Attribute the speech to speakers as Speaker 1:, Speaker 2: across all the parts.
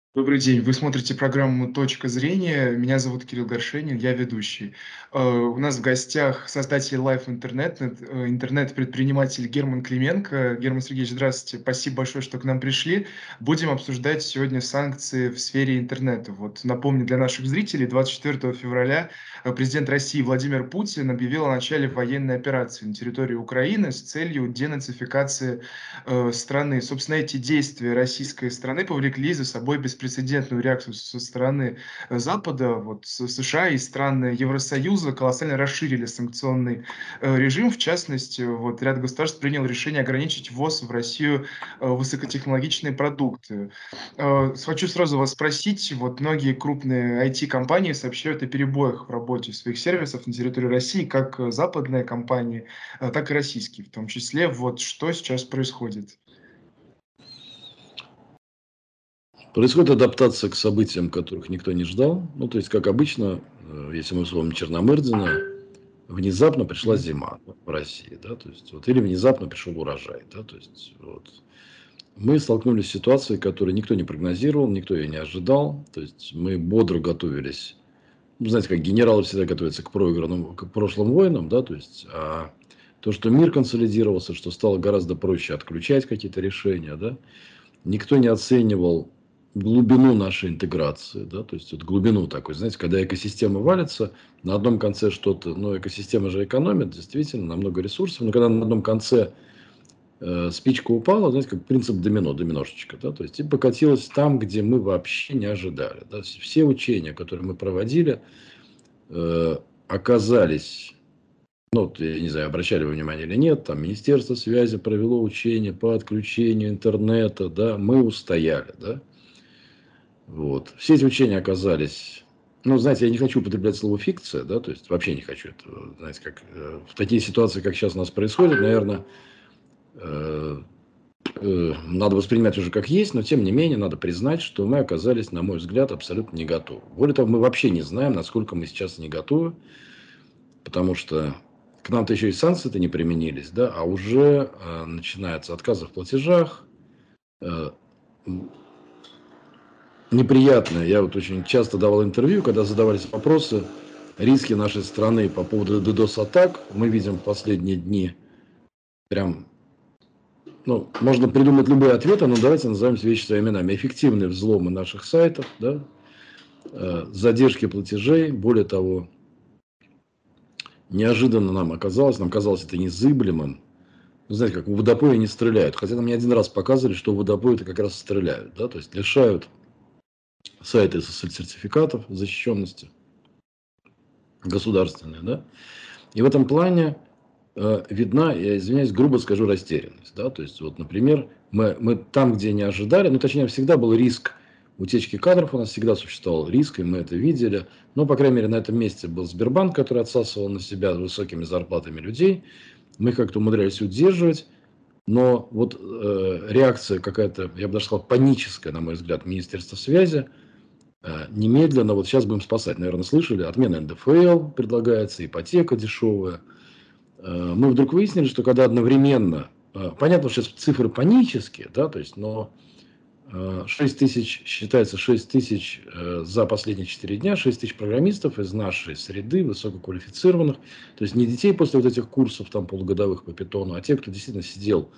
Speaker 1: Добрый день. Вы смотрите программу "Точка зрения". Меня зовут Кирилл Горшенин, я ведущий. У нас в гостях создатель Live Интернет, интернет-предприниматель Герман Клименко. Герман Сергеевич, здравствуйте. Спасибо большое, что к нам пришли. Будем обсуждать сегодня санкции в сфере интернета. Вот напомню для наших зрителей, 24 февраля президент России Владимир Путин объявил о начале военной операции на территории Украины с целью денацификации страны. Собственно, эти действия российской страны повлекли за собой беспрецедентную реакцию со стороны Запада. Вот США и страны Евросоюза колоссально расширили санкционный режим. В частности, вот ряд государств принял решение ограничить ввоз в Россию высокотехнологичные продукты. Хочу сразу вас спросить, вот многие крупные IT-компании сообщают о перебоях в работе своих сервисов на территории России, как западные компании, так и российские в том числе. Вот что сейчас происходит?
Speaker 2: Происходит адаптация к событиям, которых никто не ждал. Ну, то есть, как обычно, если мы вспомним Черномырдина, внезапно пришла
Speaker 1: Мгм.
Speaker 2: зима в России, да, то есть, вот, или внезапно пришел урожай, да, то есть, вот. Мы столкнулись с ситуацией, которую никто не прогнозировал, никто ее не ожидал, то есть, мы бодро готовились. Ну, знаете, как генералы всегда готовятся к проигранным, к прошлым войнам, да, то есть, то, что мир консолидировался, что стало гораздо проще отключать какие-то решения, да, никто не оценивал глубину нашей интеграции, да, то есть вот глубину такой, знаете, когда экосистема валится, на одном конце что-то, ну, экосистема же экономит, действительно, на много ресурсов, но когда на одном конце спичка упала, знаете, как принцип домино, доминошечка, да, то есть и покатилась там, где мы вообще не ожидали, да, все учения, которые мы проводили, э, оказались, ну, вот, я не знаю, обращали вы внимание или нет, там Министерство связи провело учение по отключению интернета, да, мы устояли, да. Вот. Все эти учения оказались, ну, знаете, я не хочу употреблять слово фикция, да, то есть вообще не хочу это, знаете, как в такие ситуации, как сейчас у нас происходит, наверное, э, надо воспринимать уже как есть, но тем не менее надо признать, что мы оказались, на мой взгляд, абсолютно не готовы. Более того, мы вообще не знаем, насколько мы сейчас не готовы, потому что к нам-то еще и санкции-то не применились, да, а уже начинается отказы в платежах, э, неприятно. Я вот очень часто давал интервью, когда задавались вопросы, риски нашей страны по поводу DDoS-атак. Мы видим в последние дни прям, ну, можно придумать любые ответы, но давайте назовем вещи своими именами. Эффективные взломы наших сайтов, да, задержки платежей. Более того, неожиданно нам казалось это незыблемым. Ну, знаете, как в водопое не стреляют. Хотя нам не один раз показывали, что в водопое это как раз стреляют. Да? То есть лишают сайты SSL-сертификатов защищенности государственные, да. И в этом плане видна, я извиняюсь, грубо скажу, растерянность. Да? То есть, вот, например, мы там, где не ожидали, ну, точнее, всегда был риск утечки кадров, у нас всегда существовал риск, и мы это видели. Но, по крайней мере, на этом месте был Сбербанк, который отсасывал на себя высокими зарплатами людей. Мы как-то умудрялись удерживать. Но вот реакция какая-то, я бы даже сказал, паническая, на мой взгляд, Министерства связи, немедленно, вот сейчас будем спасать, наверное, слышали, отмена НДФЛ предлагается, ипотека дешевая. Мы вдруг выяснили, что когда одновременно, понятно, что сейчас цифры панические, да, то есть, но 6 тысяч, считается 6 тысяч за последние 4 дня, 6 тысяч программистов из нашей среды, высококвалифицированных, то есть не детей после вот этих курсов там полугодовых по питону, а те, кто действительно сидел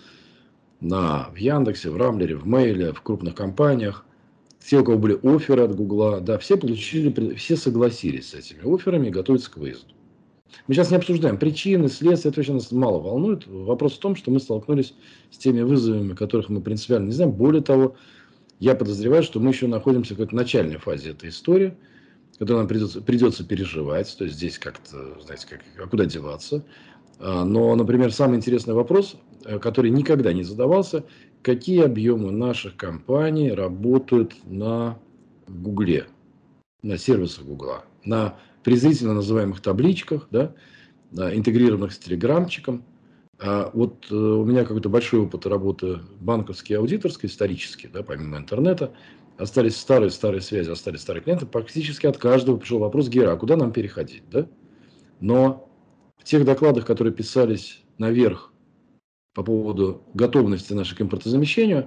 Speaker 2: в Яндексе, в Рамблере, в Мейле, в крупных компаниях, все, у кого были офферы от Гугла, да, все получили, все согласились с этими офферами и готовятся к выезду. Мы сейчас не обсуждаем причины, следствия, это вообще нас мало волнует. Вопрос в том, что мы столкнулись с теми вызовами, которых мы принципиально не знаем. Более того, я подозреваю, что мы еще находимся в какой-то начальной фазе этой истории, которую нам придется переживать. То есть здесь как-то, знаете, а куда деваться. Но, например, самый интересный вопрос, который никогда не задавался, какие объемы наших компаний работают на Гугле, на сервисах Гугла, на презрительно называемых табличках, да, интегрированных с телеграмчиком. Вот у меня какой-то большой опыт работы банковский, аудиторский, исторический, да, помимо интернета. Остались старые связи, остались старые клиенты. Практически от каждого пришел вопрос: Гера, а куда нам переходить? Да? Но в тех докладах, которые писались наверх по поводу готовности нашей к импортозамещению,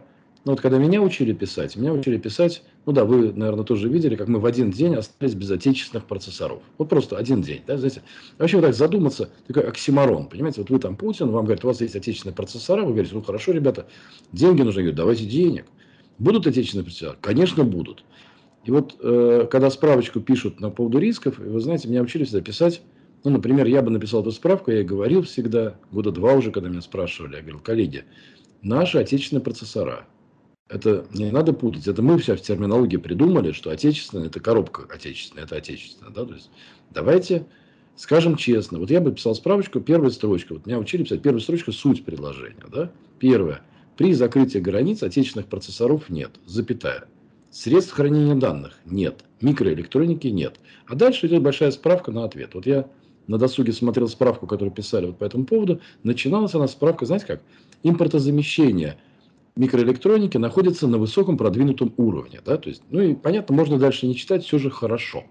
Speaker 2: Ну вот когда меня учили писать, ну да, вы, наверное, тоже видели, как мы в один день остались без отечественных процессоров. Вот просто один день, да, знаете. Вообще вот так задуматься, такой оксиморон, понимаете, вот вы там Путин, вам говорят, у вас есть отечественные процессора, вы говорите, ну хорошо, ребята, деньги нужны, говорят, давайте денег. Будут отечественные процессоры? Конечно, будут. И вот когда справочку пишут на поводу рисков, вы знаете, меня учили всегда писать, ну, например, я бы написал эту справку, я и говорил всегда, года 2 уже, когда меня спрашивали, я говорил, коллеги, наши отечественные процессора, это не надо путать. Это мы сейчас в терминологии придумали, что отечественное – это коробка отечественная, это отечественное. Да? То есть, давайте скажем честно. Вот я бы писал справочку, первая строчка. Вот меня учили писать первая строчка – суть предложения. Да? Первое. При закрытии границ отечественных процессоров нет. Запятая. Средств хранения данных нет. Микроэлектроники нет. А дальше идет большая справка на ответ. Вот я на досуге смотрел справку, которую писали вот по этому поводу. Начиналась она справка, знаете как? Импортозамещение микроэлектроники находится на высоком продвинутом уровне. Да? То есть, ну и понятно, можно дальше не читать, все же хорошо.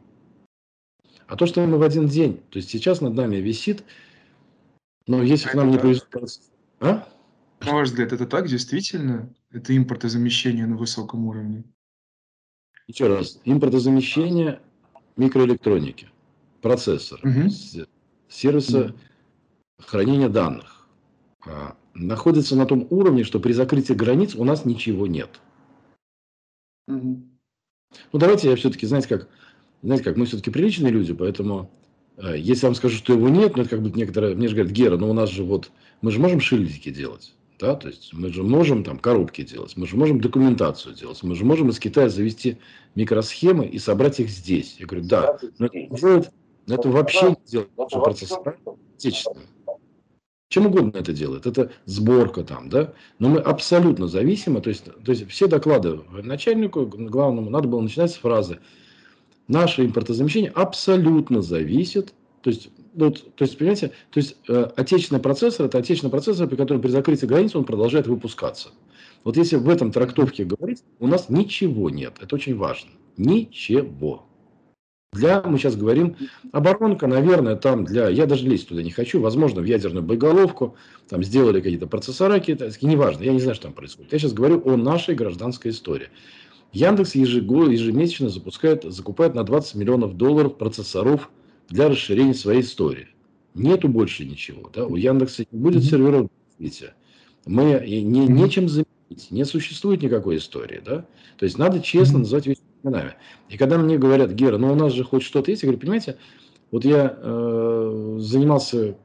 Speaker 2: А то, что мы в один день, то есть сейчас над нами висит, но если
Speaker 1: А
Speaker 2: к
Speaker 1: это
Speaker 2: нам не
Speaker 1: так?
Speaker 2: повезет... А?
Speaker 1: На ваш взгляд, это так действительно? Это импортозамещение на высоком уровне?
Speaker 2: Еще раз. Импортозамещение микроэлектроники, процессора,
Speaker 1: Мгм. Да.
Speaker 2: сервиса хранения данных находится на том уровне, что при закрытии границ у нас ничего нет.
Speaker 1: Мгм.
Speaker 2: Ну, давайте я все-таки, знаете как, мы все-таки приличные люди, поэтому если я вам скажу, что его нет, ну, это как бы некоторые, мне же говорят, Гера, ну, у нас же вот, мы же можем шильдики делать, да, то есть мы же можем там коробки делать, мы же можем документацию делать, мы же можем из Китая завести микросхемы и собрать их здесь. Я говорю, да, но это вообще не делает наши процессора отечественными. Чем угодно это делает. Это сборка там, да. Но мы абсолютно зависимы. То есть все доклады начальнику главному надо было начинать с фразы: наше импортозамещение абсолютно зависит. То есть, вот, то есть, понимаете, то есть отечественный процессор – это отечественный процессор, при котором при закрытии границ он продолжает выпускаться. Вот если в этом
Speaker 1: Мгм.
Speaker 2: трактовке говорить, у нас ничего нет. Это очень важно. Ничего. Мы сейчас говорим, оборонка, наверное, там я даже лезть туда не хочу, возможно, в ядерную боеголовку, там сделали какие-то процессора китайские, неважно, я не знаю, что там происходит. Я сейчас говорю о нашей гражданской истории. Яндекс ежемесячно закупает на 20 миллионов долларов процессоров для расширения своей истории. Нету больше ничего. Да? У Яндекса не будет
Speaker 1: Мгм.
Speaker 2: серверов развития.
Speaker 1: Мгм.
Speaker 2: Нечем заменить. Не существует никакой истории. Да? То есть надо честно
Speaker 1: Мгм.
Speaker 2: называть вещи именами. И когда мне говорят, Гера, ну у нас же хоть что-то есть, я говорю, понимаете, вот я занимался,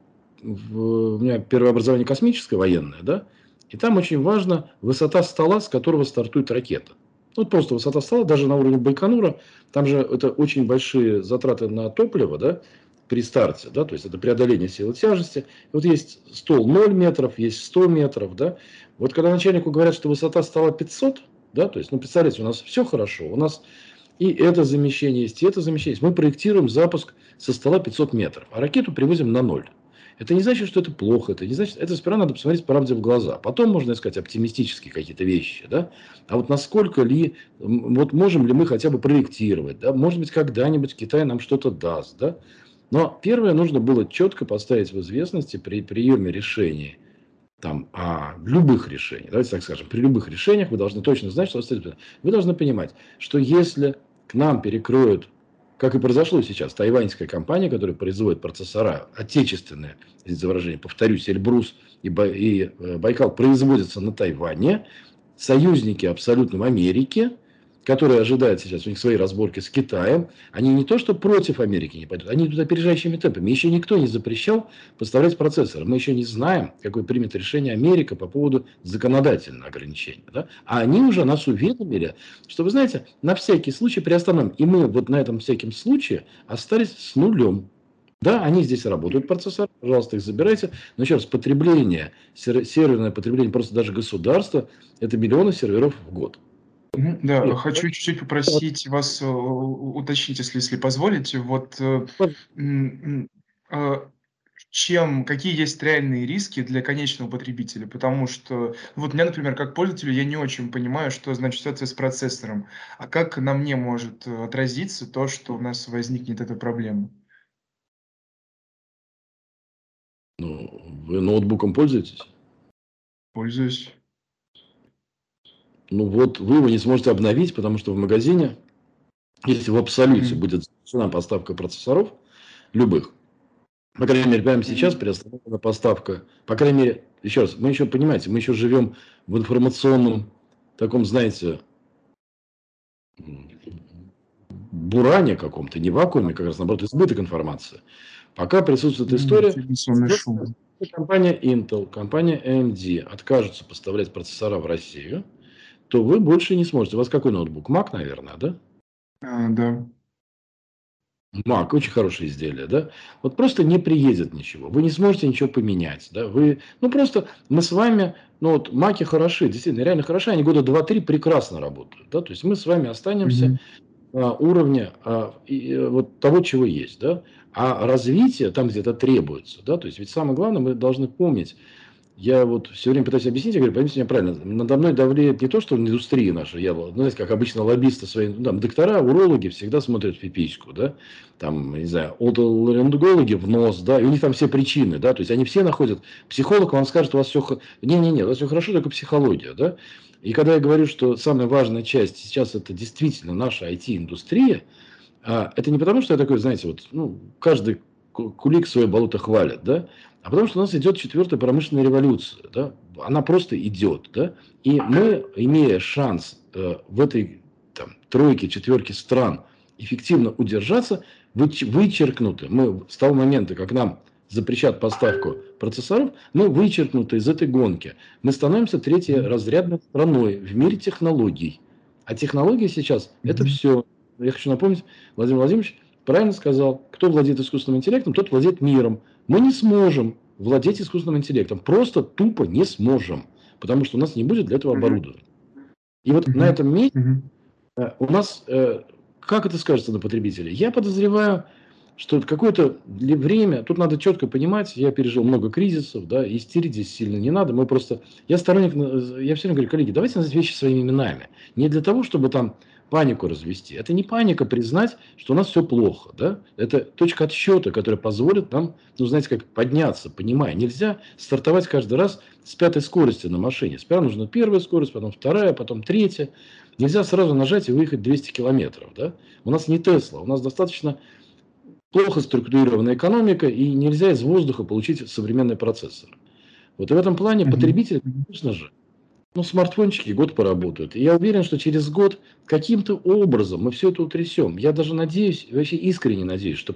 Speaker 2: у меня первое образование космическое, военное, да, и там очень важна высота стола, с которого стартует ракета. Вот просто высота стола, даже на уровне Байконура, там же это очень большие затраты на топливо, да, при старте, да, то есть это преодоление силы тяжести. Вот есть стол 0 метров, есть 100 метров, да. Вот когда начальнику говорят, что высота стола 500, да, то есть, ну, представляете, у нас все хорошо, у нас и это замещение есть, и это замещение есть. Мы проектируем запуск со стола 500 метров, а ракету привозим на ноль. Это не значит, что это плохо, это не значит, это сперва надо посмотреть правде в глаза. Потом можно искать оптимистические какие-то вещи, да. А вот насколько ли, вот можем ли мы хотя бы проектировать, да, может быть, когда-нибудь Китай нам что-то даст, да. Но первое, нужно было четко поставить в известности при приеме решений, там, любых решений, давайте так скажем, при любых решениях вы должны точно знать, что вы должны понимать, что если к нам перекроют, как и произошло сейчас, тайваньская компания, которая производит процессора отечественные, извините за выражение, повторюсь, Эльбрус и Байкал производятся на Тайване, союзники абсолютно в Америке, которые ожидают сейчас, у них свои разборки с Китаем, они не то что против Америки не пойдут, они идут опережающими темпами. Еще никто не запрещал поставлять процессоры. Мы еще не знаем, какое примет решение Америка по поводу законодательного ограничения. Да? А они уже нас уведомили, что, вы знаете, на всякий случай приостановим. И мы вот на этом всяком случае остались с нулем. Да, они здесь работают, процессоры, пожалуйста, их забирайте. Но еще раз, потребление, серверное потребление просто даже государства, это миллионы серверов в год.
Speaker 1: Мгм. Да,
Speaker 2: Нет.
Speaker 1: хочу чуть-чуть попросить вас, уточнить, если позволите. Вот, м, м, а, какие есть реальные риски для конечного потребителя? Потому что вот мне, например, как пользователю, я не очень понимаю, что значит ситуация с процессором. А как на мне может, отразиться то, что у нас возникнет эта проблема?
Speaker 2: Ну, вы ноутбуком пользуетесь?
Speaker 1: Пользуюсь.
Speaker 2: ну вот вы его не сможете обновить, потому что в магазине, если в абсолюте
Speaker 1: Мгм.
Speaker 2: будет завершена поставка процессоров, любых, по крайней мере, прямо сейчас
Speaker 1: Мгм.
Speaker 2: приостановлена поставка, по крайней мере, еще раз, мы еще, понимаете, мы еще живем в информационном таком, знаете, буране каком-то, не вакууме, как раз наоборот, избыток информации. Пока присутствует история,
Speaker 1: Информационный шум.
Speaker 2: если компания Intel, компания AMD откажутся поставлять процессора в Россию, то вы больше не сможете. У вас какой ноутбук? Mac, наверное, да?
Speaker 1: Да.
Speaker 2: Mac, очень хорошее изделие, да? Вот просто не приедет ничего. Вы не сможете ничего поменять, да? Вы, ну просто мы с вами, ну вот Маки хороши, действительно, реально хороши, они года 2-3 прекрасно работают, да? То есть мы с вами останемся
Speaker 1: Мгм.
Speaker 2: уровня вот того, чего есть, да? А развитие там где-то требуется, да? То есть ведь самое главное, мы должны помнить, я вот все время пытаюсь объяснить, я говорю, поймите меня правильно, надо мной давлеет не то, что индустрия наша, я, ну, знаете, как обычно лоббисты свои, ну, там, доктора, урологи всегда смотрят в пипичку, да, там, не знаю, отоларингологи в нос, да, и у них там все причины, да, то есть они все находят, психолог вам скажет, у вас все, не-не-не, у вас все хорошо, только психология, да, и когда я говорю, что самая важная часть сейчас это действительно наша IT-индустрия, это не потому, что я такой, знаете, вот, ну, каждый кулик свое болото хвалит, да, а потому что у нас идет четвертая промышленная революция, да, она просто идет, да, и мы, имея шанс в этой там, тройке, четверке стран эффективно удержаться, вычеркнуты, мы с того момента, как нам запрещат поставку процессоров, мы вычеркнуты из этой гонки. Мы становимся третьей разрядной страной в мире технологий. А технологии сейчас это
Speaker 1: Мгм.
Speaker 2: все. Я хочу напомнить, Владимир Владимирович правильно сказал, кто владеет искусственным интеллектом, тот владеет миром. Мы не сможем владеть искусственным интеллектом, просто тупо не сможем, потому что у нас не будет для этого
Speaker 1: Мгм.
Speaker 2: оборудования. И вот на
Speaker 1: Мгм.
Speaker 2: этом месте
Speaker 1: Мгм.
Speaker 2: у нас, как это скажется на потребителе? Я подозреваю, что какое-то время, тут надо четко понимать, я пережил много кризисов, да, истерить здесь сильно не надо, мы просто, я сторонник, я все время говорю, коллеги, давайте называть вещи своими именами, не для того, чтобы там панику развести, это не паника признать, что у нас все плохо, да, это точка отсчета, которая позволит нам, ну, знаете, как подняться, понимая, нельзя стартовать каждый раз с пятой скорости на машине, сперва нужна первая скорость, потом вторая, потом третья. Нельзя сразу нажать и выехать 200 километров. Да? У нас не Тесла, у нас достаточно плохо структурированная экономика, и нельзя из воздуха получить современный процессор. Вот и в этом плане
Speaker 1: Мгм.
Speaker 2: потребители,
Speaker 1: Мгм.
Speaker 2: конечно же, ну, смартфончики год поработают. И я уверен, что через год каким-то образом мы все это утрясем. Я даже надеюсь, вообще искренне надеюсь, что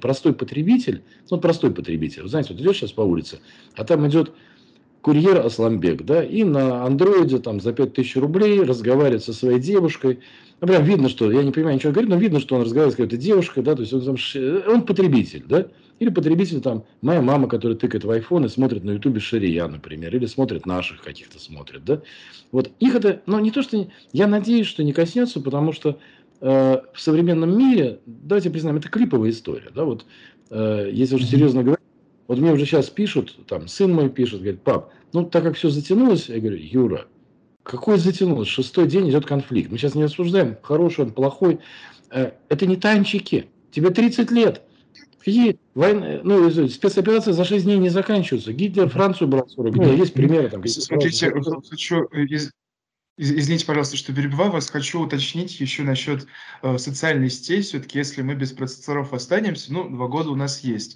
Speaker 2: простой потребитель, вы знаете, вот идешь сейчас по улице, а там идет курьер Асламбек, да, и на андроиде там за 5000 рублей разговаривает со своей девушкой. Ну, прям видно, что, я не понимаю, ничего говорит, но видно, что он разговаривает с какой-то девушкой, да, то есть он, там, он потребитель, да, или потребитель там, моя мама, которая тыкает в iPhone и смотрит на ютубе Шария, например, или смотрит наших каких-то смотрит, да. Вот их это, ну, не то, что, я надеюсь, что не коснется, потому что в современном мире, давайте признаем, это клиповая история, да, вот, если уж
Speaker 1: Мгм.
Speaker 2: серьезно говорить, вот мне уже сейчас пишут, там, сын мой пишет, говорит, пап, ну, так как все затянулось, я говорю, Юра, какой затянулось? Шестой день идет конфликт. Мы сейчас не обсуждаем, хороший он, плохой. Это не танчики. Тебе 30 лет. Какие войны, ну, спецоперации за 6 дней не заканчиваются. Гитлер Францию брал 40 дней.
Speaker 1: Ну,
Speaker 2: Есть примеры, там, какие-то
Speaker 1: смотрите,
Speaker 2: разные.
Speaker 1: хочу, извините, пожалуйста, что перебиваю вас. Хочу уточнить еще насчет социальной сети. Все-таки, если мы без процессоров останемся, ну, 2 года у нас есть.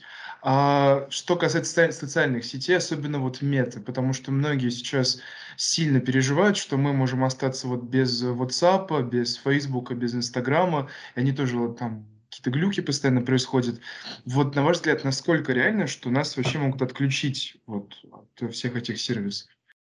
Speaker 1: А что касается социальных сетей, особенно вот меты, потому что многие сейчас сильно переживают, что мы можем остаться вот без WhatsApp, без Фейсбука, без Инстаграма, и они тоже вот там какие-то глюки постоянно происходят. Вот, на ваш взгляд, насколько реально, что нас вообще могут отключить вот от всех этих сервисов?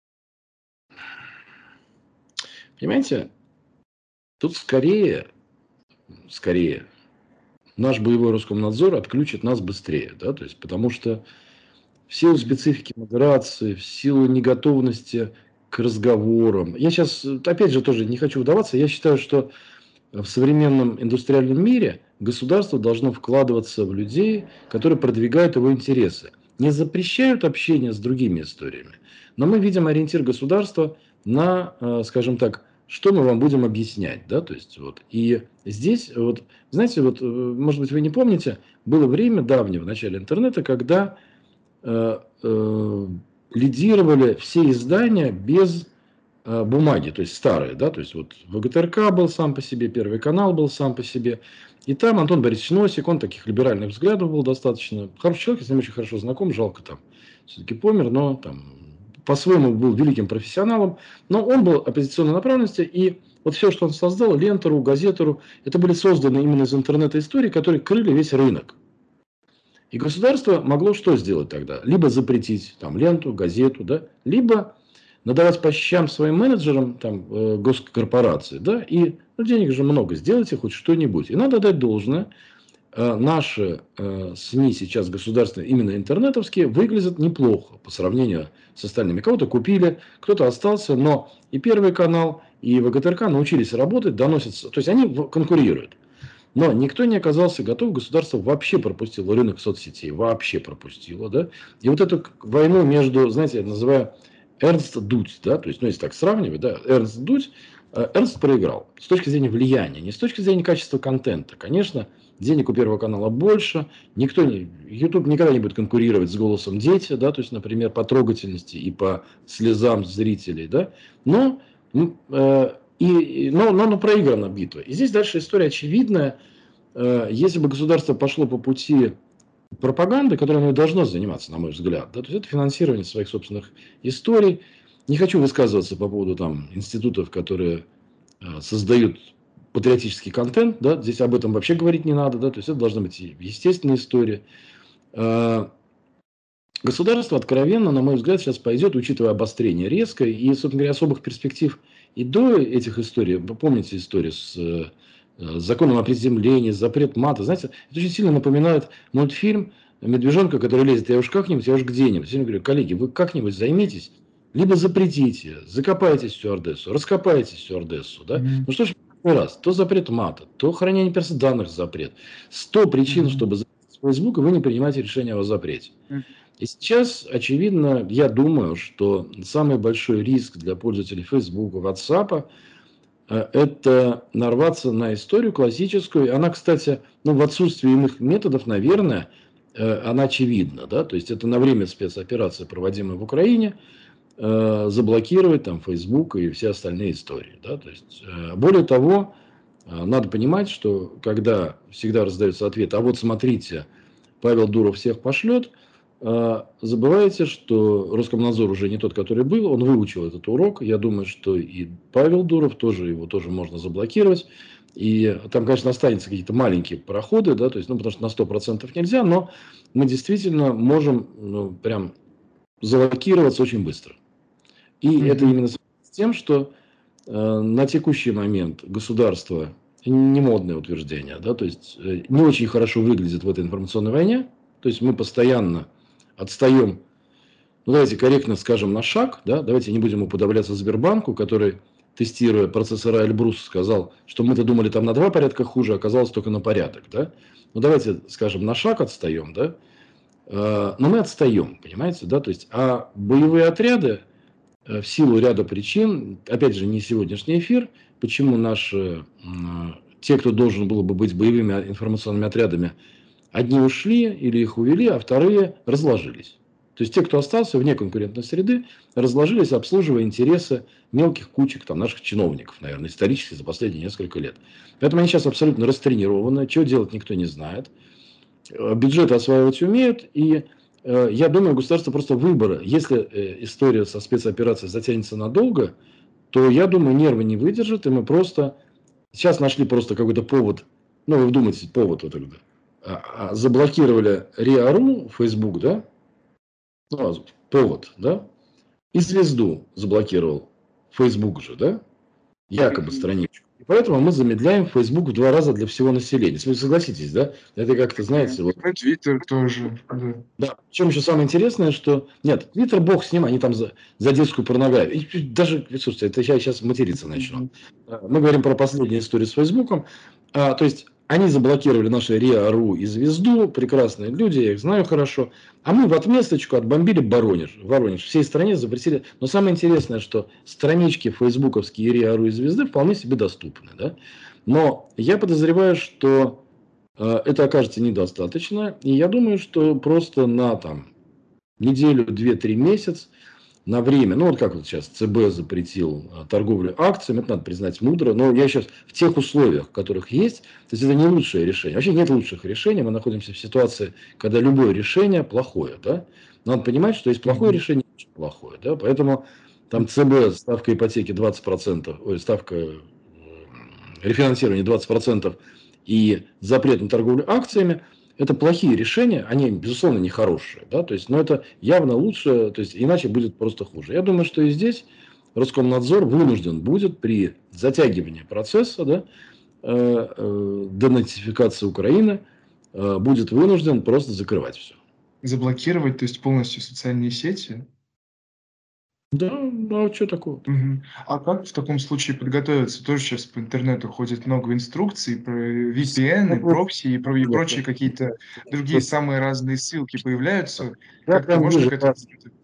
Speaker 2: Понимаете, тут скорее, наш боевой Роскомнадзор отключит нас быстрее, да, то есть, потому что в силу
Speaker 1: Мгм.
Speaker 2: специфики модерации, в силу неготовности к разговорам. Я сейчас, опять же, тоже не хочу вдаваться. Я считаю, что в современном индустриальном мире государство должно вкладываться в людей, которые продвигают его интересы. Не запрещают общение с другими историями, но мы видим ориентир государства на, скажем так, что мы вам будем объяснять, да, то есть вот. И здесь вот, знаете, вот, может быть, вы не помните, было время давнее в начале интернета, когда э, э, лидировали все издания без бумаги, то есть старые, да, то есть вот ВГТРК был сам по себе, Первый канал был сам по себе, и там Антон Борисович Носик, он таких либеральных взглядов был достаточно, хороший человек, я с ним очень хорошо знаком, жалко там, все-таки помер, но там по-своему был великим профессионалом, но он был оппозиционной направленности, и вот все, что он создал, Лентору, Газетору, это были созданы именно из интернета истории, которые крыли весь рынок. И государство могло что сделать тогда? Либо запретить там ленту, газету, да, либо надавать по щам своим менеджерам там, госкорпорации, да, и ну, денег же много, сделайте хоть что-нибудь. И надо дать должное, наши СМИ сейчас государственные, именно интернетовские, выглядят неплохо по сравнению с остальными. Кого-то купили, кто-то остался, но и Первый канал, и ВГТРК научились работать, доносятся, то есть они конкурируют. Но никто не оказался готов, государство вообще пропустило рынок соцсетей, вообще пропустило, да. И вот эту войну между, знаете, я называю Эрнст Дудь, да, то есть, ну, если так сравнивать, да, Эрнст Дудь, Эрнст проиграл с точки зрения влияния, не с точки зрения качества контента. Конечно, денег у Первого канала больше, YouTube никогда не будет конкурировать с «Голосом дети», да, то есть, например, по трогательности и по слезам зрителей, да, но но проиграна битва. И здесь дальше история очевидная. Если бы государство пошло по пути пропаганды, которой оно и должно заниматься, на мой взгляд, да, то есть это финансирование своих собственных историй. Не хочу высказываться по поводу там, институтов, которые создают патриотический контент, да, здесь об этом вообще говорить не надо, да, то есть это должна быть естественная история. Государство откровенно, на мой взгляд, сейчас пойдет, учитывая обострение резкое, и, собственно говоря, особых перспектив и до этих историй. Вы помните историю с законом о приземлении, запрет мата. Знаете, это очень сильно напоминает мультфильм «Медвежонка, который лезет, я уж как-нибудь, я уж где-нибудь». Я говорю, коллеги, вы как-нибудь займитесь, либо запретите, закопайте стюардессу, раскопайте стюардессу. Да? Ну что ж, раз, то запрет мата, то хранение персональных данных запрет. 100 причин, чтобы запретить Facebook, и вы не принимаете решение о запрете. И сейчас, очевидно, я думаю, что самый большой риск для пользователей Facebook, WhatsApp это нарваться на историю классическую. Она, кстати, ну, в отсутствии иных методов, наверное, она очевидна. Да? То есть это на время спецоперации, проводимой в Украине, заблокировать там Facebook и все остальные истории. Да? То есть, более того, надо понимать, что когда всегда раздается ответ, а вот смотрите, Павел Дуров всех пошлет, забывайте, что Роскомнадзор уже не тот, который был, он выучил этот урок. Я думаю, что и Павел Дуров его тоже можно заблокировать. И там, конечно, останутся какие-то маленькие проходы, да, то есть, ну, потому что на 100% нельзя, но мы действительно можем, ну, прям залокироваться очень быстро. И это именно с тем, что на текущий момент государство, не модное утверждение, да, то есть не очень хорошо выглядит в этой информационной войне, то есть мы постоянно отстаем, ну давайте корректно скажем, на шаг, да, давайте не будем уподобляться Сбербанку, который, тестируя процессора Эльбрус, сказал, что мы-то думали там на 2 порядка хуже, оказалось только на порядок, да. Ну давайте скажем, на шаг отстаем, да, но мы отстаем, понимаете, да, то есть, а боевые отряды в силу ряда причин, опять же, не сегодняшний эфир, почему те, кто должен был бы быть боевыми информационными отрядами, одни ушли или их увели, а вторые разложились. То есть те, кто остался вне конкурентной среды, разложились, обслуживая интересы мелких кучек там, наших чиновников, наверное, исторически за последние несколько лет. Поэтому они сейчас абсолютно растренированы, чего делать никто не знает. Бюджеты осваивать умеют, и я думаю, государство просто выбора. Если история со спецоперацией затянется надолго, то, я думаю, нервы не выдержат, и мы просто... Сейчас нашли просто какой-то повод, ну, вы вдумайтесь, повод вот тогда. Заблокировали РИА.ру, Facebook, да? Ну, повод, да? И Звезду заблокировал Facebook же, да? Якобы страничку. И поэтому мы замедляем Facebook в 2 раза для всего населения. Вы согласитесь, да? Это как-то, знаете... Вот...
Speaker 1: Твиттер тоже, да.
Speaker 2: Да, причем еще самое интересное, что... Нет, Твиттер бог с ним, они там за детскую порнографию. И даже, слушайте, это я сейчас материться начну. Мы говорим про последнюю историю с Фейсбуком. То есть, они заблокировали наши РИА.ру и Звезду, прекрасные люди, я их знаю хорошо. А мы в отместочку отбомбили Воронеж. Всей стране запретили. Но самое интересное, что странички фейсбуковские РИА.ру и Звезды вполне себе доступны. Да? Но я подозреваю, что это окажется недостаточно. И я думаю, что просто на там, неделю, 2-3 месяца на время, ну вот как вот сейчас ЦБ запретил торговлю акциями, это надо признать мудро, но я сейчас в тех условиях, в которых есть, то есть это не лучшее решение. Вообще нет лучших решений, мы находимся в ситуации, когда любое решение плохое, да. Надо понимать, что есть плохое
Speaker 1: Мгм.
Speaker 2: решение, очень плохое, да, поэтому там ЦБ, ставка ипотеки 20%, ой, ставка рефинансирования 20% и запрет на торговлю акциями, это плохие решения, они, безусловно, не хорошие, да, то есть, но это явно лучше, то есть, иначе будет просто хуже. Я думаю, что и здесь Роскомнадзор вынужден будет при затягивании процесса, да, денацификации Украины, будет вынужден просто закрывать все.
Speaker 1: Заблокировать, то есть полностью социальные сети?
Speaker 2: Да, ну а что такого?
Speaker 1: Мгм. А как в таком случае подготовиться? Тоже сейчас по интернету ходит много инструкций про VPN, и прокси, и прочие какие-то другие самые разные ссылки появляются.
Speaker 2: Я
Speaker 1: Как-то
Speaker 2: прям
Speaker 1: можно
Speaker 2: вижу
Speaker 1: к этому
Speaker 2: вас.
Speaker 1: подготовиться?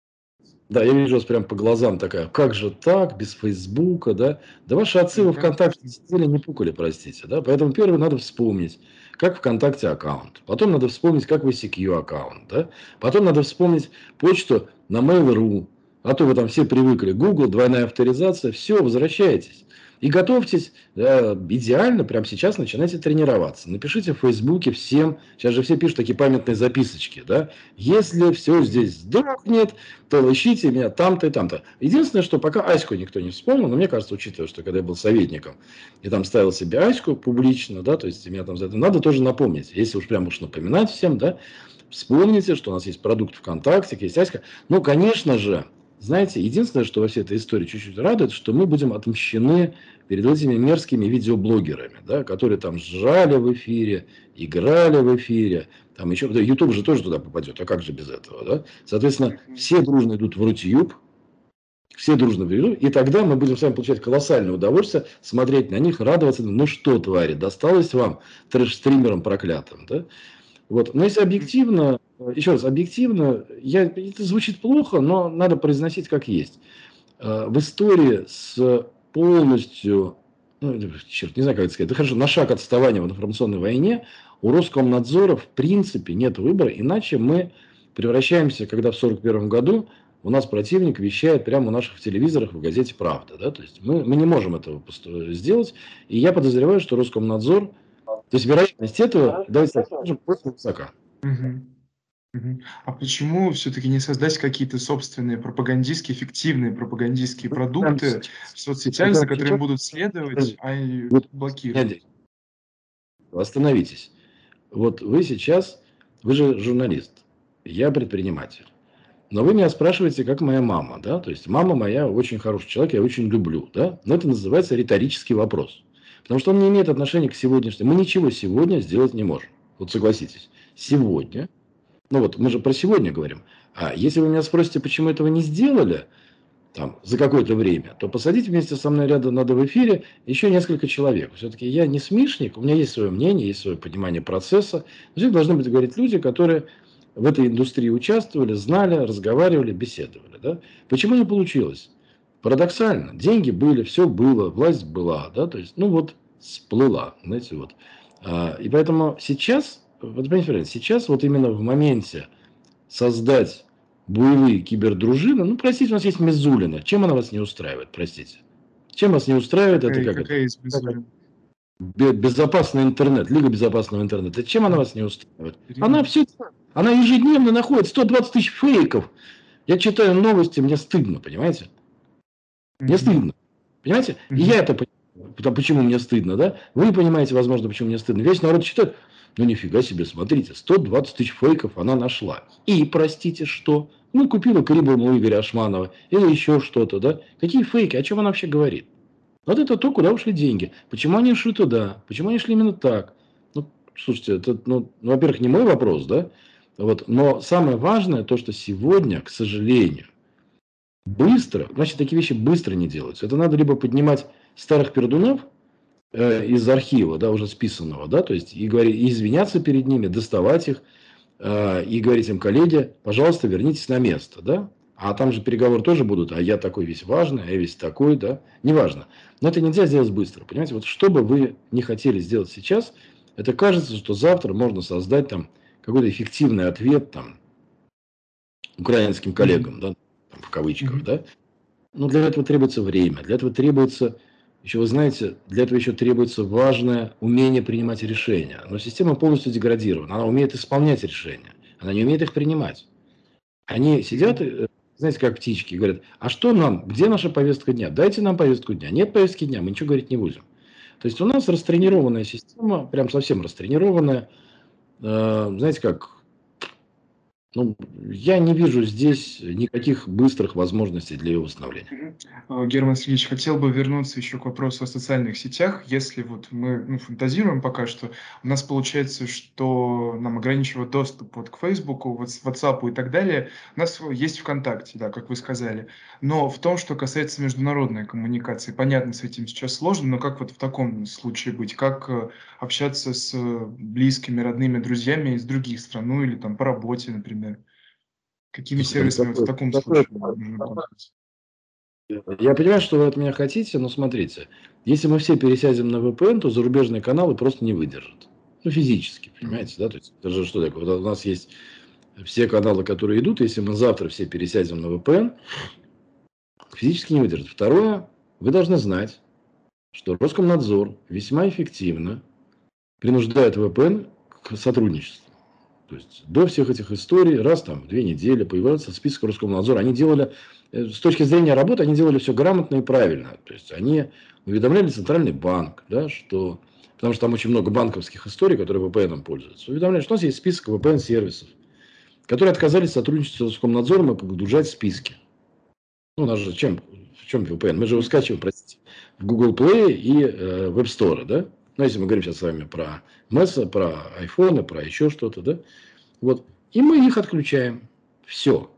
Speaker 2: Да, я вижу вас прям по глазам такая, как же так, без Фейсбука, да? Да ваши отцы во ВКонтакте
Speaker 1: Конечно.
Speaker 2: сидели, не пукали, простите, да? Поэтому первое надо вспомнить, как ВКонтакте аккаунт. Потом надо вспомнить, как в ICQ аккаунт, да? Потом надо вспомнить почту на Mail.ru. А то вы там все привыкли. Google, двойная авторизация. Все, возвращайтесь. И готовьтесь, идеально, прямо сейчас начинайте тренироваться. Напишите в Фейсбуке всем, сейчас же все пишут такие памятные записочки, да? Если все
Speaker 1: Мгм.
Speaker 2: здесь сдохнет, то ищите меня там-то и там-то. Единственное, что пока Аську никто не вспомнил, но мне кажется, учитывая, что когда я был советником, и там ставил себе Аську публично, да, то есть меня там за это надо тоже напомнить. Если уж прям уж напоминать всем, да, вспомните, что у нас есть продукт ВКонтакте, есть Аська. Ну, конечно же, знаете, единственное, что во всей этой истории чуть-чуть радует, что мы будем отмщены перед этими мерзкими видеоблогерами, да, которые там сжали в эфире, играли в эфире, там еще, да, YouTube же тоже туда попадет, а как же без этого, да? Соответственно,
Speaker 1: Мгм.
Speaker 2: все дружно идут в Рутюб, все дружно идут, и тогда мы будем с вами получать колоссальное удовольствие, смотреть на них, радоваться, ну что, твари, досталось вам трэш-стримерам проклятым, да? Вот. Но если объективно, еще раз, объективно, это звучит плохо, но надо произносить как есть. В истории с полностью, ну, черт, не знаю, как это сказать, да хорошо, на шаг отставания в информационной войне у Роскомнадзора в принципе нет выбора, иначе мы превращаемся, когда в 1941 году у нас противник вещает прямо у наших телевизорах в газете «Правда». Да? То есть мы не можем этого сделать. И я подозреваю, что Роскомнадзор, то есть вероятность этого, давайте так скажем, очень высока.
Speaker 1: Мгм. Мгм. А почему все-таки не создать какие-то собственные пропагандистские, эффективные пропагандистские
Speaker 2: Вы прямо
Speaker 1: продукты в соцсетях, за
Speaker 2: прямо
Speaker 1: которыми
Speaker 2: сейчас
Speaker 1: будут следовать, а не
Speaker 2: вот,
Speaker 1: блокировать?
Speaker 2: остановитесь. Вот вы сейчас, вы же журналист, я предприниматель. Но вы меня спрашиваете, как моя мама, да? То есть мама моя очень хороший человек, я очень люблю, да? Но это называется риторический вопрос. Потому что он не имеет отношения к сегодняшнему. Мы ничего сегодня сделать не можем. Вот согласитесь. Сегодня, ну вот мы же про сегодня говорим. А если вы меня спросите, почему этого не сделали, там, за какое-то время, то посадите вместе со мной рядом надо в эфире еще несколько человек. Все-таки я не смешник, у меня есть свое мнение, есть свое понимание процесса. Но здесь должны быть говорить люди, которые в этой индустрии участвовали, знали, разговаривали, беседовали. Да? Почему не получилось? Парадоксально. Деньги были, все было, власть была. Да? То есть, ну вот, сплыла. Знаете, вот. И поэтому сейчас, вот, понимаете, сейчас вот именно в моменте создать боевые кибердружины. Ну, простите, у нас есть Мизулина. Чем она вас не устраивает, простите? Чем вас не устраивает, это как это?
Speaker 1: Какая из Мизулин?
Speaker 2: Безопасный интернет, Лига безопасного интернета. Чем она вас не устраивает? Она
Speaker 1: Ирина.
Speaker 2: все, она ежедневно находит 120 тысяч фейков. Я читаю новости, мне стыдно, понимаете? Мне
Speaker 1: Мгм.
Speaker 2: стыдно. Понимаете? И
Speaker 1: Мгм.
Speaker 2: я это понимаю. Почему мне стыдно, да? Вы понимаете, возможно, почему мне стыдно. Весь народ читает. Ну, нифига себе, смотрите, 120 тысяч фейков она нашла. И, простите, что? Ну, купила к рыбам у Игоря Ашманова. Или еще что-то, да? Какие фейки? О чем она вообще говорит? Вот это то, куда ушли деньги. Почему они шли туда? Почему они шли именно так? Ну, слушайте, это, ну, во-первых, не мой вопрос, да? Вот, но самое важное то, что сегодня, к сожалению, быстро, значит, такие вещи быстро не делаются. Это надо либо поднимать старых пердунов из архива, да, уже списанного, да, то есть и говорить, и извиняться перед ними, доставать их, и говорить им, коллеги, пожалуйста, вернитесь на место, да. А там же переговоры тоже будут, а я такой весь важный, а я весь такой, да, неважно. Но это нельзя сделать быстро, понимаете. Вот что бы вы не хотели сделать сейчас, это кажется, что завтра можно создать там какой-то эффективный ответ там украинским
Speaker 1: Мгм.
Speaker 2: коллегам, да, там, в кавычках, да? Но для этого требуется время, для этого требуется, еще вы знаете, для этого еще требуется важное умение принимать решения. Но система полностью деградирована, она умеет исполнять решения, она не умеет их принимать. Они сидят, знаете, как птички, и говорят, а что нам, где наша повестка дня? Дайте нам повестку дня. Нет повестки дня, мы ничего говорить не будем. То есть у нас растренированная система, прям совсем растренированная. Знаете как, ну, я не вижу здесь никаких быстрых возможностей для ее восстановления.
Speaker 1: Герман Сергеевич, хотел бы вернуться еще к вопросу о социальных сетях. Если вот мы фантазируем пока что, у нас получается, что нам ограничивают доступ вот к Фейсбуку, WhatsApp и так далее. У нас есть ВКонтакте, да, как вы сказали. Но в том, что касается международной коммуникации, понятно, с этим сейчас сложно, но как вот в таком случае быть? Как общаться с близкими, родными, друзьями из других стран, ну или там по работе, например? Какими сервисами вот в таком случае нужно пользоваться?
Speaker 2: Я понимаю, что вы от меня хотите, но смотрите, если мы все пересядем на VPN, то зарубежные каналы просто не выдержат. Ну, физически, понимаете, да? То есть, это же что такое? Вот у нас есть все каналы, которые идут, если мы завтра все пересядем на VPN, физически не выдержат. Второе, вы должны знать, что Роскомнадзор весьма эффективно принуждает VPN к сотрудничеству. То есть до всех этих историй, раз там в 2 недели появляется список Роскомнадзора. Они делали, с точки зрения работы, они делали все грамотно и правильно. То есть они уведомляли Центральный банк, да, что, потому что там очень много банковских историй, которые VPN пользуются. Уведомляли, что у нас есть список VPN-сервисов, которые отказались сотрудничать с Роскомнадзором и погружать списки. Ну, у нас же в чем VPN? Мы же его скачиваем, простите, в Google Play и в App Store, да? Ну, если мы говорим сейчас с вами про Mesa, про iPhone, про еще что-то, да? Вот. И мы их отключаем. Все.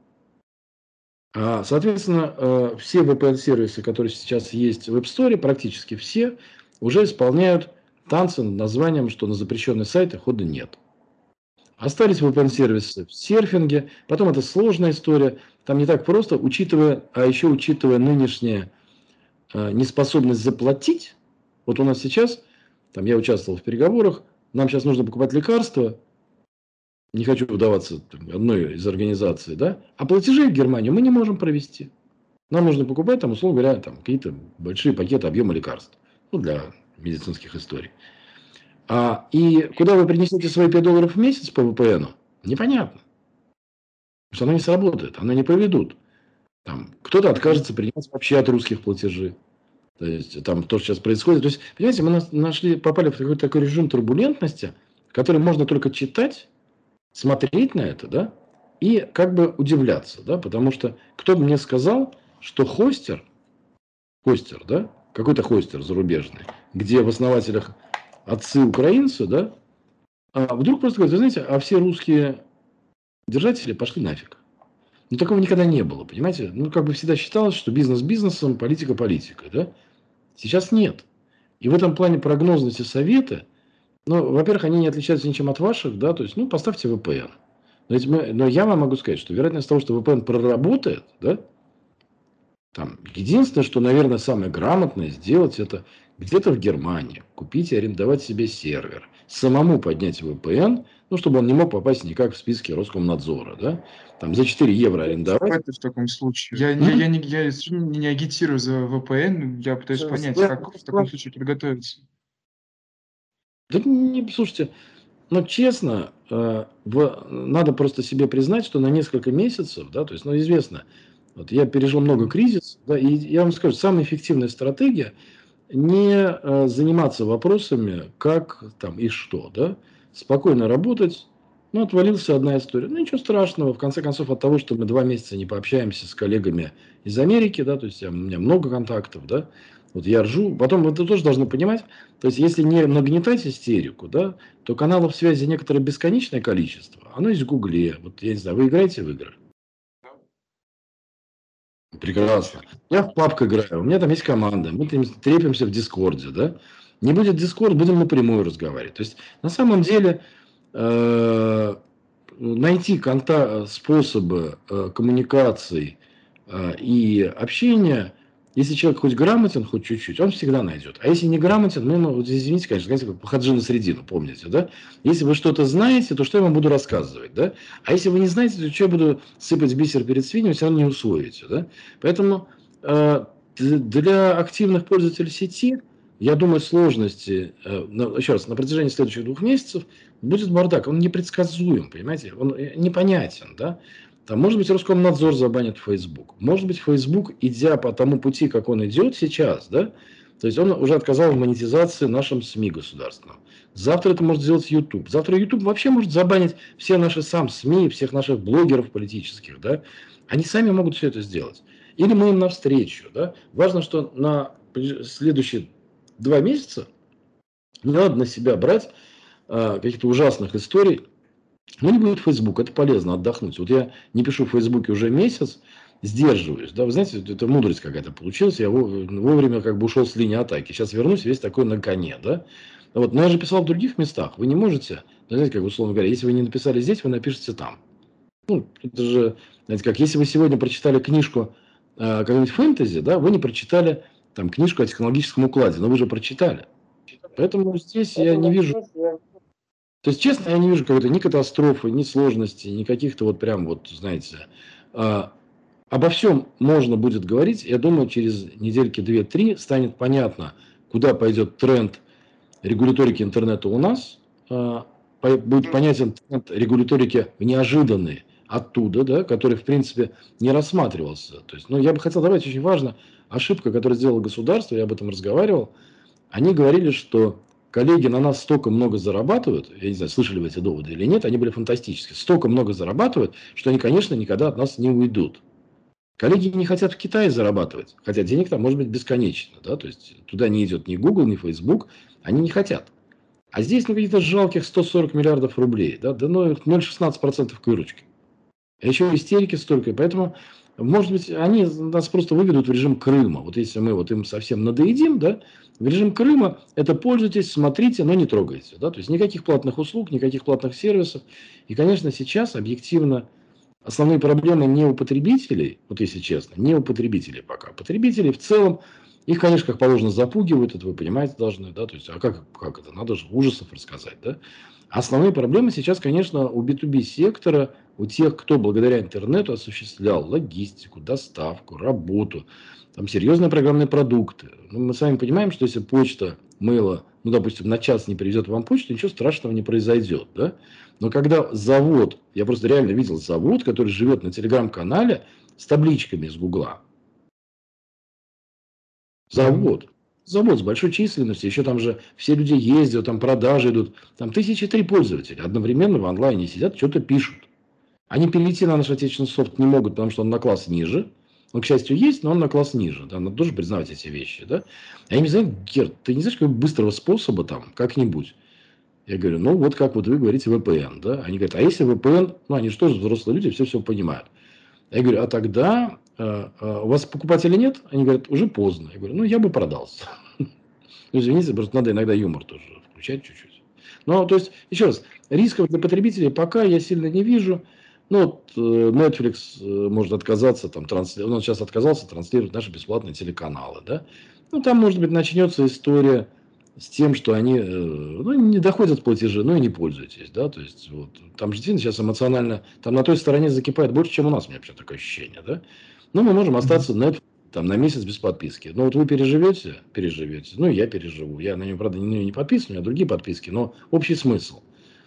Speaker 2: Соответственно, все VPN-сервисы, которые сейчас есть в App Store, практически все, уже исполняют танцы над названием, что на запрещенные сайты хода нет. Остались VPN-сервисы в серфинге. Потом это сложная история. Там не так просто, еще учитывая нынешнюю неспособность заплатить. Вот у нас сейчас, там я участвовал в переговорах, нам сейчас нужно покупать лекарства. Не хочу вдаваться одной из организаций, да, а платежи в Германию мы не можем провести. Нам нужно покупать, там, условно говоря, там, какие-то большие пакеты объема лекарств, ну, для медицинских историй. И куда вы принесете свои $5 в месяц по VPN, непонятно. Потому что оно не сработает, оно не проведут. Там, кто-то откажется принимать вообще от русских платежей. То есть, там то, что сейчас происходит. То есть, понимаете, мы попали в какой-то такой режим турбулентности, который можно только читать, смотреть на это, да, и как бы удивляться, да, потому что кто бы мне сказал, что хостер, да, какой-то хостер зарубежный, где в основателях отцы украинцы, да, вдруг просто говорит, вы знаете, а все русские держатели пошли нафиг. Ну, такого никогда не было, понимаете? Ну, как бы всегда считалось, что бизнес бизнесом, политика политикой, да? Сейчас нет. И в этом плане прогнозности советы, ну, во-первых, они не отличаются ничем от ваших, да, то есть, ну, поставьте VPN. Но я вам могу сказать, что вероятность того, что VPN проработает, да, там, единственное, что, наверное, самое грамотное сделать, это где-то в Германии купить и арендовать себе сервер, самому поднять VPN, ну, чтобы он не мог попасть никак в списки Роскомнадзора, да, там за 4 евро арендовать.
Speaker 1: Это в таком случае. Я не агитирую за VPN, я пытаюсь понять, как в таком случае подготовиться.
Speaker 2: Да не, слушайте, но честно, надо просто себе признать, что на несколько месяцев, да, то есть, ну, известно, вот я пережил много кризисов, да, и я вам скажу, самая эффективная стратегия не заниматься вопросами, как там и что, да, спокойно работать. Ну, отвалился одна история. Ну, ничего страшного. В конце концов, от того, что мы 2 месяца не пообщаемся с коллегами из Америки, да, то есть у меня много контактов, да, вот я ржу. Потом вы тоже должны понимать, то есть если не нагнетать истерику, да, то каналов связи некоторое бесконечное количество. Оно есть в Гугле. Вот я не знаю, вы играете в игры? Прекрасно. Я в PUBG играю, у меня там есть команда, мы там трепимся в Дискорде, да. Не будет Дискорд, будем напрямую разговаривать. То есть, на самом деле, найти способы коммуникации и общения Если человек хоть грамотен, хоть чуть-чуть, он всегда найдет. А если не грамотен, ну вот извините, конечно, знаете, как хаджи на средину, помните, да? Если вы что-то знаете, то что я вам буду рассказывать, да? А если вы не знаете, то что я буду сыпать бисер перед свиньями, все равно не усвоите, да? Поэтому для активных пользователей сети, я думаю, сложности, еще раз, на протяжении следующих 2 месяцев будет бардак. Он непредсказуем, понимаете? Он непонятен, да? Там, может быть, Роскомнадзор забанит Facebook. Может быть, Facebook, идя по тому пути, как он идет сейчас, да, то есть он уже отказал в монетизации нашим СМИ государственным. Завтра это может сделать YouTube. Завтра YouTube вообще может забанить все наши сам СМИ, всех наших блогеров политических, да. Они сами могут все это сделать. Или мы им навстречу, да. Важно, что на следующие 2 месяца не надо на себя брать каких-то ужасных историй. Ну, не будет Facebook, это полезно отдохнуть. Вот я не пишу в Фейсбуке уже месяц, сдерживаюсь. Да, вы знаете, это мудрость какая-то получилась. Я вовремя как бы ушел с линии атаки. Сейчас вернусь весь такой на коне. Да? Вот. Но я же писал в других местах. Вы не можете, ну, знаете, как условно говоря, если вы не написали здесь, вы напишите там. Ну, это же, знаете, как если вы сегодня прочитали книжку какой-нибудь фэнтези, да, вы не прочитали там книжку о технологическом укладе, но вы же прочитали. Поэтому здесь я не вижу. То есть, честно, я не вижу какой-то ни катастрофы, ни сложности, ни каких-то вот прям вот, знаете, обо всем можно будет говорить. Я думаю, через недельки 2-3 станет понятно, куда пойдет тренд регуляторики интернета у нас. Будет понятен тренд регуляторики неожиданный оттуда, да, который, в принципе, не рассматривался. То есть, ну, я бы хотел добавить, очень важно, ошибка, которую сделало государство, я об этом разговаривал, они говорили, что коллеги на нас столько много зарабатывают, я не знаю, слышали вы эти доводы или нет, они были фантастические, столько много зарабатывают, что они, конечно, никогда от нас не уйдут. Коллеги не хотят в Китае зарабатывать, хотя денег там может быть бесконечно, да, то есть туда не идет ни Google, ни Facebook, они не хотят. А здесь ну, каких-то жалких 140 миллиардов рублей, да, ну 0,16% к выручке. А еще истерики столько, поэтому, может быть, они нас просто выведут в режим Крыма. Вот если мы вот им совсем надоедим, да, в режим Крыма это пользуйтесь, смотрите, но не трогайте. Да? То есть никаких платных услуг, никаких платных сервисов. И, конечно, сейчас объективно основные проблемы не у потребителей, вот если честно, не у потребителей пока. Потребителей в целом, их, конечно, как положено, запугивают, это вы понимаете должны, да, то есть, а как это, надо же ужасов рассказать, да. Основные проблемы сейчас, конечно, у B2B сектора, у тех, кто благодаря интернету осуществлял логистику, доставку, работу, там серьезные программные продукты. Ну, мы с вами понимаем, что если почта, мыло, ну, допустим, на час не привезет вам почту, ничего страшного не произойдет, да. Но когда завод, я просто реально видел завод, который живет на телеграм-канале с табличками из Гугла. Завод. Завод с большой численностью. Еще там же все люди ездят, там продажи идут. Там 1003 пользователя одновременно в онлайне сидят, что-то пишут. Они перейти на наш отечественный софт не могут, потому что он на класс ниже. Он, к счастью, есть, но он на класс ниже. Да? Надо тоже признавать эти вещи. Да? А я не знаю, Герд, ты не знаешь какого быстрого способа там, как-нибудь? Я говорю, ну вот как вот вы говорите VPN. Да? Они говорят, а если VPN, ну они же тоже взрослые люди, все понимают. Я говорю, а тогда у вас покупателей нет? Они говорят, уже поздно. Я говорю, ну я бы продался. Ну, извините, просто надо иногда юмор тоже включать чуть-чуть. Ну, то есть, еще раз, рисков для потребителей пока я сильно не вижу. Ну, вот Netflix может отказаться, там, он сейчас отказался транслировать наши бесплатные телеканалы, да. Ну, там, может быть, начнется история с тем, что они, ну, не доходят платежи, ну, и не пользуйтесь, да, то есть, вот, там же действительно сейчас эмоционально, там на той стороне закипает больше, чем у нас, у меня вообще такое ощущение, да. Но мы можем остаться там, на месяц без подписки. Но вот вы переживете, ну и я переживу. Я на нее, правда, не подписан, у меня другие подписки, но общий смысл.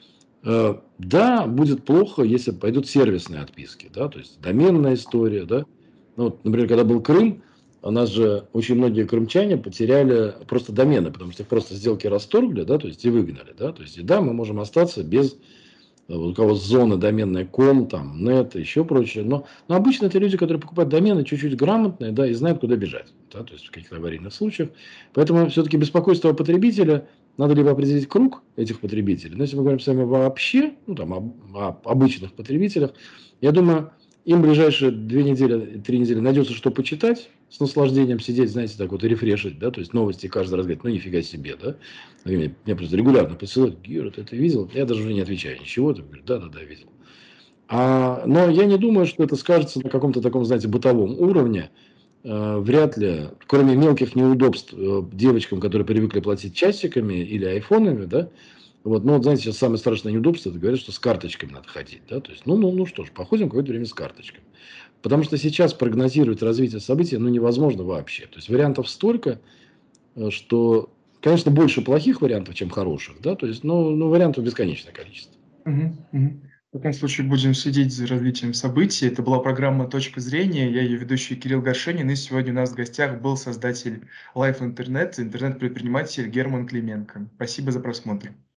Speaker 2: Да, будет плохо, если пойдут сервисные отписки, да, то есть доменная история, да. Ну, вот, например, когда был Крым, у нас же очень многие крымчане потеряли просто домены, потому что их просто сделки расторгли, да, то есть и выгнали, да, то есть и да, мы можем остаться без у кого зона доменная ком, там, нет, еще прочее. Но обычно это люди, которые покупают домены чуть-чуть грамотные, да, и знают, куда бежать, да, то есть в каких-то аварийных случаях. Поэтому все-таки беспокойство потребителя, надо либо определить круг этих потребителей, но если мы говорим с вами вообще, ну, там, об обычных потребителях, я думаю, им в ближайшие 2 недели, 3 недели найдется, что почитать, с наслаждением сидеть, знаете, так вот и рефрешить, да, то есть новости каждый раз говорить, ну, нифига себе, да. Мне просто регулярно присылают, Гера, ты это видел? Я даже уже не отвечаю ничего, я говорю, да, видел. Но я не думаю, что это скажется на каком-то таком, знаете, бытовом уровне. вряд ли, кроме мелких неудобств девочкам, которые привыкли платить часиками или айфонами, да, вот, ну, вот, знаете, сейчас самое страшное неудобство, это говорят, что с карточками надо ходить, да, то есть, ну что ж, походим какое-то время с карточками. Потому что сейчас прогнозировать развитие событий, ну, невозможно вообще. То есть, вариантов столько, что, конечно, больше плохих вариантов, чем хороших, да, то есть, ну вариантов бесконечное количество.
Speaker 1: Мгм, мгм. В таком случае будем следить за развитием событий. Это была программа «Точка зрения». Я ее ведущий Кирилл Горшенин. И сегодня у нас в гостях был создатель Life Интернет, интернет-предприниматель Герман Клименко. Спасибо за просмотр.